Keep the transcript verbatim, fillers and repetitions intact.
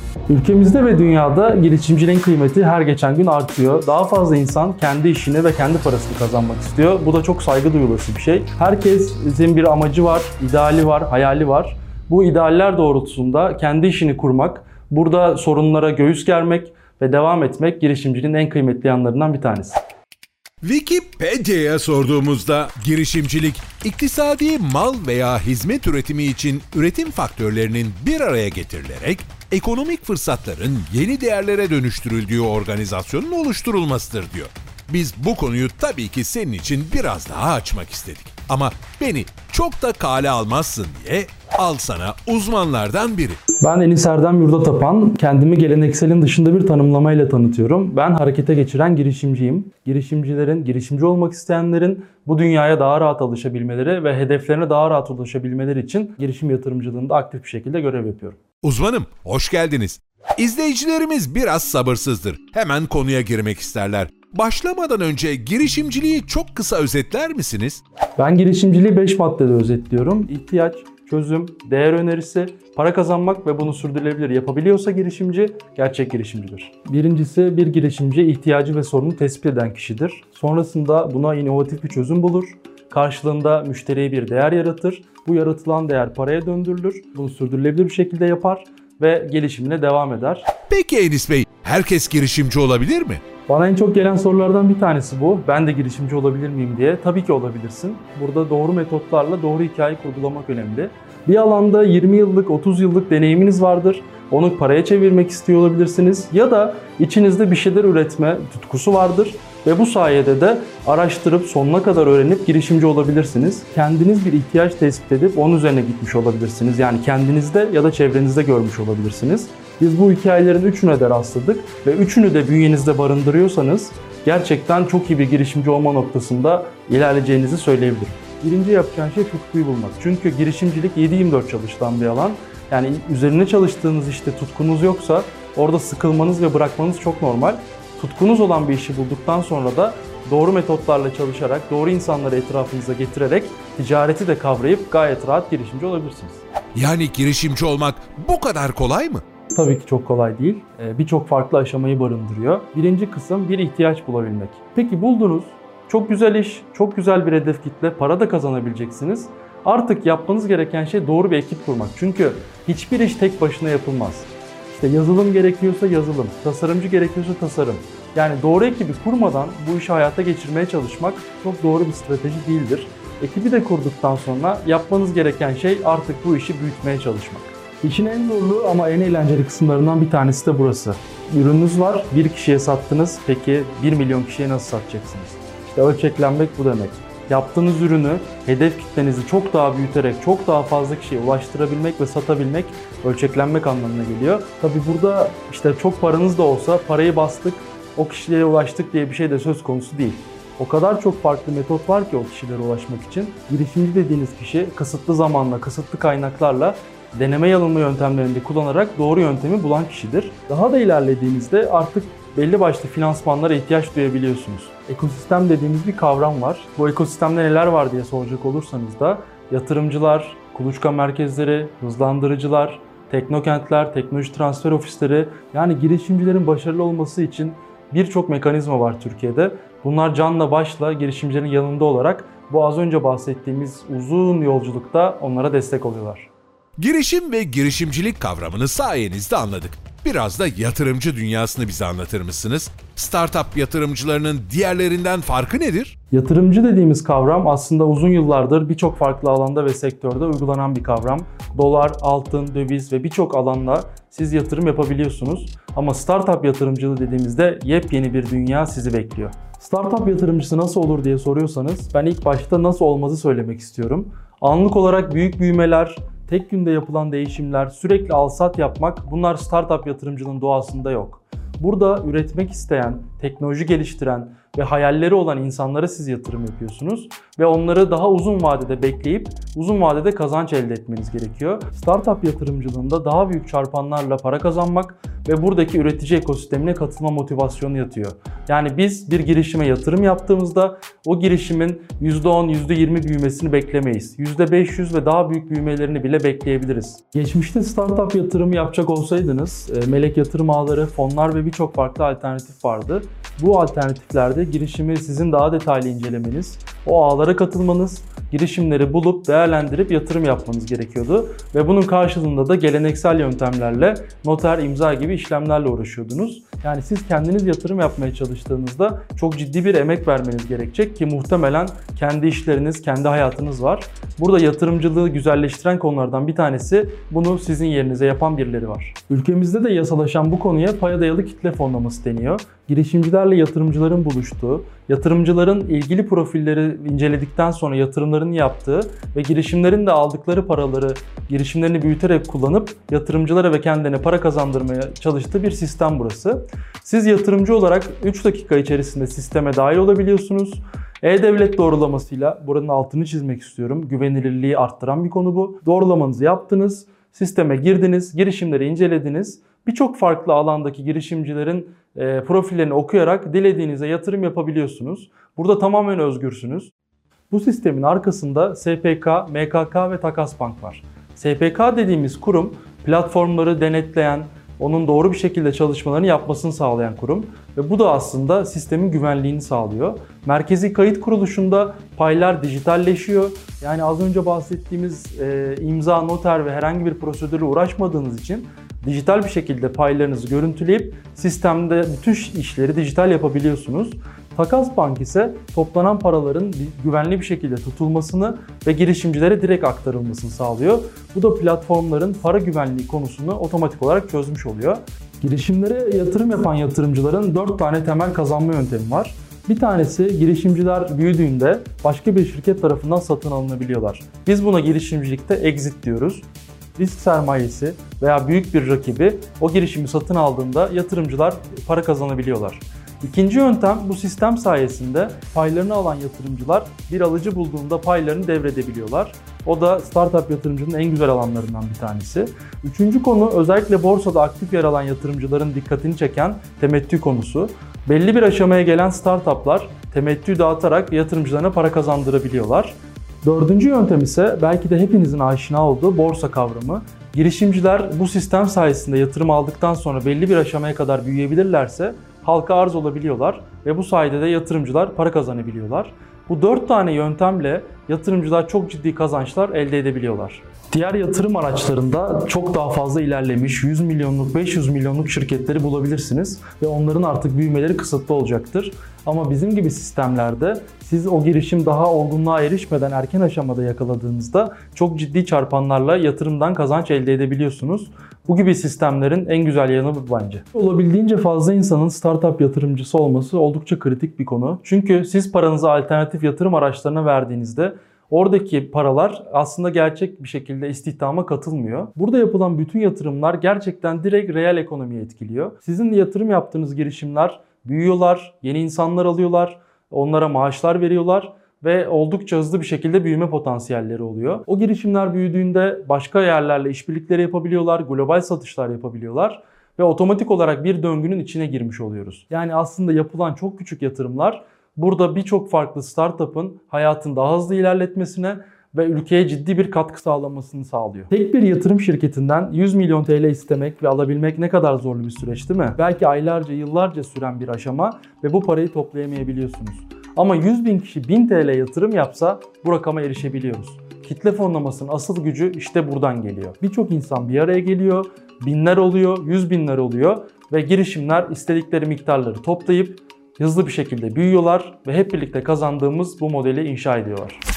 Ülkemizde ve dünyada girişimciliğin kıymeti her geçen gün artıyor. Daha fazla insan kendi işini ve kendi parasını kazanmak istiyor. Bu da çok saygı duyulası bir şey. Herkesin bir amacı var, ideali var, hayali var. Bu idealler doğrultusunda kendi işini kurmak, burada sorunlara göğüs germek ve devam etmek girişimciliğin en kıymetli yanlarından bir tanesi. Wikipedia'ya sorduğumuzda girişimcilik, iktisadi mal veya hizmet üretimi için üretim faktörlerinin bir araya getirilerek ekonomik fırsatların yeni değerlere dönüştürüldüğü organizasyonun oluşturulmasıdır diyor. Biz bu konuyu tabii ki senin için biraz daha açmak istedik. Ama beni çok da kale almazsın diye al sana uzmanlardan biri. Ben Enis Erdem Yurdatapan, kendimi gelenekselin dışında bir tanımlamayla tanıtıyorum. Ben harekete geçiren girişimciyim. Girişimcilerin, girişimci olmak isteyenlerin bu dünyaya daha rahat alışabilmeleri ve hedeflerine daha rahat ulaşabilmeleri için girişim yatırımcılığında aktif bir şekilde görev yapıyorum. Uzmanım, hoş geldiniz. İzleyicilerimiz biraz sabırsızdır. Hemen konuya girmek isterler. Başlamadan önce girişimciliği çok kısa özetler misiniz? Ben girişimciliği beş maddede özetliyorum. İhtiyaç, çözüm, değer önerisi, para kazanmak ve bunu sürdürülebilir yapabiliyorsa girişimci, gerçek girişimcidir. Birincisi, bir girişimci ihtiyacı ve sorunu tespit eden kişidir. Sonrasında buna inovatif bir çözüm bulur. Karşılığında müşteriye bir değer yaratır. Bu yaratılan değer paraya döndürülür. Bunu sürdürülebilir bir şekilde yapar ve gelişimine devam eder. Peki Enis Bey, herkes girişimci olabilir mi? Bana en çok gelen sorulardan bir tanesi bu. Ben de girişimci olabilir miyim diye. Tabii ki olabilirsin. Burada doğru metotlarla doğru hikaye kurgulamak önemli. Bir alanda yirmi yıllık, otuz yıllık deneyiminiz vardır. Onu paraya çevirmek istiyor olabilirsiniz. Ya da içinizde bir şeyler üretme tutkusu vardır. Ve bu sayede de araştırıp sonuna kadar öğrenip girişimci olabilirsiniz. Kendiniz bir ihtiyaç tespit edip onun üzerine gitmiş olabilirsiniz. Yani kendinizde ya da çevrenizde görmüş olabilirsiniz. Biz bu hikayelerin üçüne de rastladık ve üçünü de bünyenizde barındırıyorsanız gerçekten çok iyi bir girişimci olma noktasında ilerleyeceğinizi söyleyebilirim. Birinci yapacağın şey tutkuyu bulmak. Çünkü girişimcilik yedi yirmi dört çalışılan bir alan. Yani üzerine çalıştığınız işte tutkunuz yoksa orada sıkılmanız ve bırakmanız çok normal. Tutkunuz olan bir işi bulduktan sonra da doğru metotlarla çalışarak, doğru insanları etrafınıza getirerek ticareti de kavrayıp gayet rahat girişimci olabilirsiniz. Yani girişimci olmak bu kadar kolay mı? Tabii ki çok kolay değil. Birçok farklı aşamayı barındırıyor. Birinci kısım bir ihtiyaç bulabilmek. Peki buldunuz. Çok güzel iş, çok güzel bir hedef kitle, para da kazanabileceksiniz. Artık yapmanız gereken şey doğru bir ekip kurmak. Çünkü hiçbir iş tek başına yapılmaz. İşte yazılım gerekiyorsa yazılım, tasarımcı gerekiyorsa tasarım. Yani doğru ekibi kurmadan bu işi hayata geçirmeye çalışmak çok doğru bir strateji değildir. Ekibi de kurduktan sonra yapmanız gereken şey artık bu işi büyütmeye çalışmak. İşin en zorlu ama en eğlenceli kısımlarından bir tanesi de burası. Ürününüz var, bir kişiye sattınız, peki bir milyon kişiye nasıl satacaksınız? İşte ölçeklenmek bu demek. Yaptığınız ürünü, hedef kitlenizi çok daha büyüterek, çok daha fazla kişiye ulaştırabilmek ve satabilmek ölçeklenmek anlamına geliyor. Tabii burada işte çok paranız da olsa parayı bastık, o kişilere ulaştık diye bir şey de söz konusu değil. O kadar çok farklı metot var ki o kişilere ulaşmak için. Girişimci dediğiniz kişi kısıtlı zamanla, kısıtlı kaynaklarla deneme yanılma yöntemlerini kullanarak doğru yöntemi bulan kişidir. Daha da ilerlediğinizde artık belli başlı finansmanlara ihtiyaç duyabiliyorsunuz. Ekosistem dediğimiz bir kavram var. Bu ekosistemde neler var diye soracak olursanız da yatırımcılar, kuluçka merkezleri, hızlandırıcılar, teknokentler, teknoloji transfer ofisleri, yani girişimcilerin başarılı olması için birçok mekanizma var Türkiye'de. Bunlar canla başla girişimcilerin yanında olarak bu az önce bahsettiğimiz uzun yolculukta onlara destek oluyorlar. Girişim ve girişimcilik kavramını sayenizde anladık. Biraz da yatırımcı dünyasını bize anlatır mısınız? Startup yatırımcılarının diğerlerinden farkı nedir? Yatırımcı dediğimiz kavram aslında uzun yıllardır birçok farklı alanda ve sektörde uygulanan bir kavram. Dolar, altın, döviz ve birçok alanda siz yatırım yapabiliyorsunuz. Ama startup yatırımcılığı dediğimizde yepyeni bir dünya sizi bekliyor. Startup yatırımcısı nasıl olur diye soruyorsanız ben ilk başta nasıl olmazı söylemek istiyorum. Anlık olarak büyük büyümeler, tek günde yapılan değişimler, sürekli al-sat yapmak, bunlar startup yatırımcılığının doğasında yok. Burada üretmek isteyen, teknoloji geliştiren ve hayalleri olan insanlara siz yatırım yapıyorsunuz ve onları daha uzun vadede bekleyip uzun vadede kazanç elde etmeniz gerekiyor. Startup yatırımcılığında daha büyük çarpanlarla para kazanmak ve buradaki üretici ekosistemine katılma motivasyonu yatıyor. Yani biz bir girişime yatırım yaptığımızda o girişimin yüzde on, yüzde yirmi büyümesini beklemeyiz. yüzde beş yüz ve daha büyük büyümelerini bile bekleyebiliriz. Geçmişte startup yatırımı yapacak olsaydınız, melek yatırım ağları, fonlar ve birçok farklı alternatif vardı. Bu alternatiflerde girişimi sizin daha detaylı incelemeniz, o ağlara katılmanız, girişimleri bulup değerlendirip yatırım yapmanız gerekiyordu. Ve bunun karşılığında da geleneksel yöntemlerle noter, imza gibi işlemlerle uğraşıyordunuz. Yani siz kendiniz yatırım yapmaya çalıştığınızda çok ciddi bir emek vermeniz gerekecek ki muhtemelen kendi işleriniz, kendi hayatınız var. Burada yatırımcılığı güzelleştiren konulardan bir tanesi bunu sizin yerinize yapan birileri var. Ülkemizde de yasalaşan bu konuya paya dayalı kitle fonlaması deniyor. Girişimcilerle yatırımcıların buluştuğu, yatırımcıların ilgili profilleri inceledikten sonra yatırımlarını yaptığı ve girişimlerin de aldıkları paraları girişimlerini büyüterek kullanıp yatırımcılara ve kendilerine para kazandırmaya çalıştığı bir sistem burası. Siz yatırımcı olarak üç dakika içerisinde sisteme dahil olabiliyorsunuz. E-Devlet doğrulamasıyla, buranın altını çizmek istiyorum, güvenilirliği arttıran bir konu bu. Doğrulamanızı yaptınız, sisteme girdiniz, girişimleri incelediniz. Birçok farklı alandaki girişimcilerin e, profillerini okuyarak dilediğinize yatırım yapabiliyorsunuz. Burada tamamen özgürsünüz. Bu sistemin arkasında S P K, M K K ve Takasbank var. S P K dediğimiz kurum platformları denetleyen, onun doğru bir şekilde çalışmalarını yapmasını sağlayan kurum ve bu da aslında sistemin güvenliğini sağlıyor. Merkezi kayıt kuruluşunda paylar dijitalleşiyor. Yani az önce bahsettiğimiz e, imza, noter ve herhangi bir prosedürle uğraşmadığınız için dijital bir şekilde paylarınızı görüntüleyip sistemde bütün işleri dijital yapabiliyorsunuz. Takasbank ise toplanan paraların güvenli bir şekilde tutulmasını ve girişimcilere direkt aktarılmasını sağlıyor. Bu da platformların para güvenliği konusunu otomatik olarak çözmüş oluyor. Girişimlere yatırım yapan yatırımcıların dört tane temel kazanma yöntemi var. Bir tanesi, girişimciler büyüdüğünde başka bir şirket tarafından satın alınabiliyorlar. Biz buna girişimcilikte exit diyoruz. Risk sermayesi veya büyük bir rakibi o girişimi satın aldığında yatırımcılar para kazanabiliyorlar. İkinci yöntem, bu sistem sayesinde paylarını alan yatırımcılar bir alıcı bulduğunda paylarını devredebiliyorlar. O da startup yatırımcının en güzel alanlarından bir tanesi. Üçüncü konu, özellikle borsada aktif yer alan yatırımcıların dikkatini çeken temettü konusu. Belli bir aşamaya gelen startuplar temettü dağıtarak yatırımcılarına para kazandırabiliyorlar. Dördüncü yöntem ise belki de hepinizin aşina olduğu borsa kavramı. Girişimciler bu sistem sayesinde yatırım aldıktan sonra belli bir aşamaya kadar büyüyebilirlerse halka arz olabiliyorlar ve bu sayede de yatırımcılar para kazanabiliyorlar. Bu dört tane yöntemle yatırımcılar çok ciddi kazançlar elde edebiliyorlar. Diğer yatırım araçlarında çok daha fazla ilerlemiş yüz milyonluk, beş yüz milyonluk şirketleri bulabilirsiniz ve onların artık büyümeleri kısıtlı olacaktır. Ama bizim gibi sistemlerde siz o girişim daha olgunluğa erişmeden erken aşamada yakaladığınızda çok ciddi çarpanlarla yatırımdan kazanç elde edebiliyorsunuz. Bu gibi sistemlerin en güzel yanı bu bence. Olabildiğince fazla insanın startup yatırımcısı olması oldukça kritik bir konu. Çünkü siz paranızı alternatif yatırım araçlarına verdiğinizde oradaki paralar aslında gerçek bir şekilde istihdama katılmıyor. Burada yapılan bütün yatırımlar gerçekten direkt reel ekonomiyi etkiliyor. Sizin yatırım yaptığınız girişimler büyüyorlar, yeni insanlar alıyorlar, onlara maaşlar veriyorlar ve oldukça hızlı bir şekilde büyüme potansiyelleri oluyor. O girişimler büyüdüğünde başka yerlerle işbirlikleri yapabiliyorlar, global satışlar yapabiliyorlar ve otomatik olarak bir döngünün içine girmiş oluyoruz. Yani aslında yapılan çok küçük yatırımlar burada birçok farklı startup'ın hayatını daha hızlı ilerletmesine ve ülkeye ciddi bir katkı sağlamasını sağlıyor. Tek bir yatırım şirketinden yüz milyon T L istemek ve alabilmek ne kadar zorlu bir süreç değil mi? Belki aylarca, yıllarca süren bir aşama ve bu parayı toplayamayabiliyorsunuz. Ama yüz bin kişi bin T L yatırım yapsa bu rakama erişebiliyoruz. Kitle fonlamasının asıl gücü işte buradan geliyor. Birçok insan bir araya geliyor, binler oluyor, yüz binler oluyor ve girişimler istedikleri miktarları toplayıp hızlı bir şekilde büyüyorlar ve hep birlikte kazandığımız bu modeli inşa ediyorlar.